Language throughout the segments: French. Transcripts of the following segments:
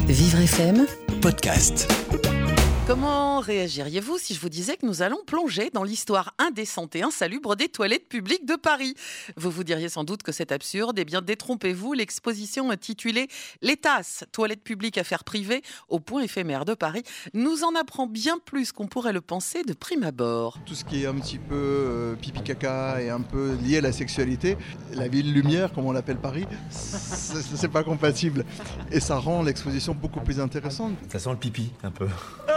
Vivre FM podcast. Comment réagiriez-vous si je vous disais que nous allons plonger dans l'histoire indécente et insalubre des toilettes publiques de Paris ? Vous vous diriez sans doute que c'est absurde. Eh bien, détrompez-vous, l'exposition intitulée « Les tasses, toilettes publiques, affaires privées » au point éphémère de Paris nous en apprend bien plus qu'on pourrait le penser de prime abord. Tout ce qui est un petit peu pipi-caca et un peu lié à la sexualité, la ville lumière, comme on l'appelle Paris, c'est pas compatible. Et ça rend l'exposition beaucoup plus intéressante. Ça sent le pipi, un peu.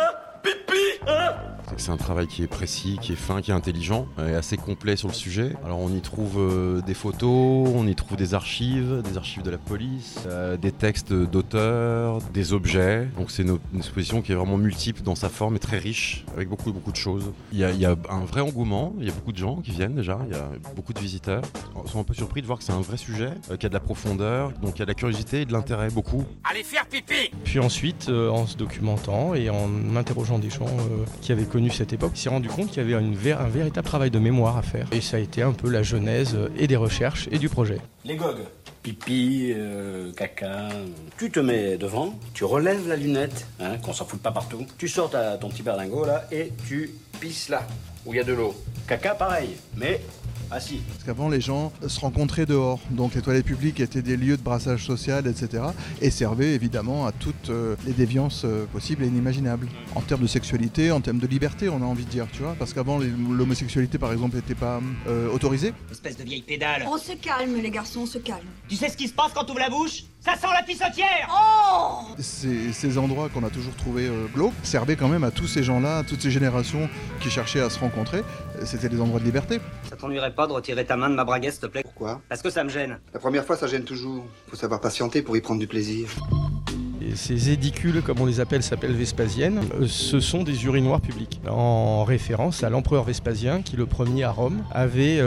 C'est un travail qui est précis, qui est fin, qui est intelligent et assez complet sur le sujet. Alors on y trouve des photos, on y trouve des archives de la police, des textes d'auteurs, des objets. Donc c'est une exposition qui est vraiment multiple dans sa forme et très riche, avec beaucoup de choses. Il y a un vrai engouement, il y a beaucoup de gens qui viennent déjà, il y a beaucoup de visiteurs. Ils sont un peu surpris de voir que c'est un vrai sujet, qu'il y a de la profondeur, donc il y a de la curiosité et de l'intérêt, beaucoup. Allez faire pipi! Puis ensuite, en se documentant et en interrogeant des gens qui avaient connu cette époque, il s'est rendu compte qu'il y avait un véritable travail de mémoire à faire. Et ça a été un peu la genèse et des recherches et du projet. Les gogues. Pipi, caca. Tu te mets devant, tu relèves la lunette, qu'on s'en fout pas partout. Tu sors ton petit berlingot là et tu pisses là, où il y a de l'eau. Caca pareil, mais assis. Parce qu'avant, les gens se rencontraient dehors. Donc les toilettes publiques étaient des lieux de brassage social, etc. Et servaient évidemment à toutes les déviances possibles et inimaginables. En termes de sexualité, en termes de liberté, on a envie de dire, tu vois. Parce qu'avant, l'homosexualité, par exemple, n'était pas autorisée. Espèce de vieille pédale. On se calme, les garçons, on se calme. Tu sais ce qui se passe quand t'ouvres la bouche ? Ça sent la pissotière. Oh ! Ces endroits qu'on a toujours trouvés glauques servaient quand même à tous ces gens-là, à toutes ces générations qui cherchaient à se rencontrer. C'était des endroits de liberté. Ça t'ennuierait pas de retirer ta main de ma braguette, s'il te plaît ? Pourquoi ? Parce que ça me gêne. La première fois, ça gêne toujours. Faut savoir patienter pour y prendre du plaisir. Et ces édicules, comme on les appelle, s'appellent Vespasiennes. Ce sont des urinoirs publics, en référence à l'empereur Vespasien, qui le premier à Rome avait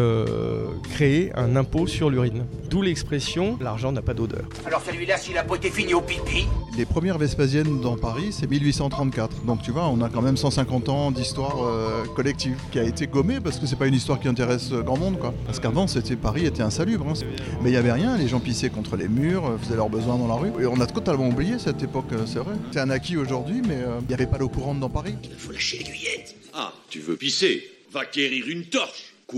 créé un impôt sur l'urine. D'où l'expression « l'argent n'a pas d'odeur ». Alors celui-là, s'il a pas été fini au pipi. Les premières Vespasiennes dans Paris, c'est 1834. Donc tu vois, on a quand même 150 ans d'histoire collective qui a été gommée parce que c'est pas une histoire qui intéresse grand monde, quoi. Parce qu'avant, Paris était insalubre. Mais il y avait rien, les gens pissaient contre les murs, faisaient leurs besoins dans la rue. Et on a totalement oublié cette époque, c'est vrai. C'est un acquis aujourd'hui, mais il n'y avait pas l'eau courante dans Paris. Il faut lâcher l'aiguillette. Ah, tu veux pisser ? Va quérir une torche. Quoi ?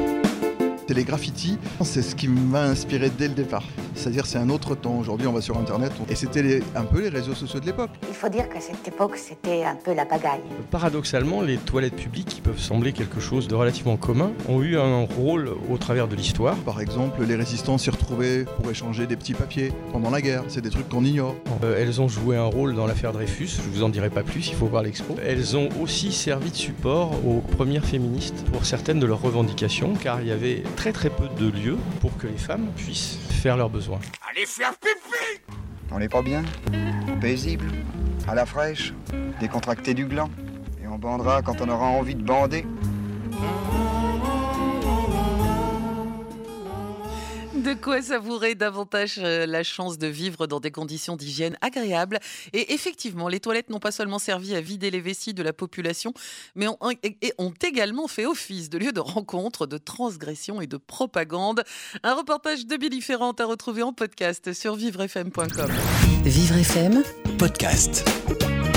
C'est les graffitis, c'est ce qui m'a inspiré dès le départ. C'est-à-dire c'est un autre temps. Aujourd'hui on va sur internet et c'était un peu les réseaux sociaux de l'époque. Il faut dire qu'à cette époque c'était un peu la pagaille. Paradoxalement, les toilettes publiques, qui peuvent sembler quelque chose de relativement commun, ont eu un rôle au travers de l'histoire. Par exemple, les résistants s'y retrouvaient pour échanger des petits papiers pendant la guerre. C'est des trucs qu'on ignore. Elles ont joué un rôle dans l'affaire Dreyfus, je vous en dirai pas plus, il faut voir l'expo. Elles ont aussi servi de support aux premières féministes pour certaines de leurs revendications, car il y avait très peu de lieux pour que les femmes puissent faire leurs besoins. Allez faire pipi! On n'est pas bien, paisible, à la fraîche, décontracté du gland. Et on bandera quand on aura envie de bander. De quoi savourer davantage la chance de vivre dans des conditions d'hygiène agréables. Et effectivement, les toilettes n'ont pas seulement servi à vider les vessies de la population, mais ont également fait office de lieu de rencontre, de transgression et de propagande. Un reportage de Billy Ferrand à retrouver en podcast sur vivrefm.com. Vivre FM Podcast.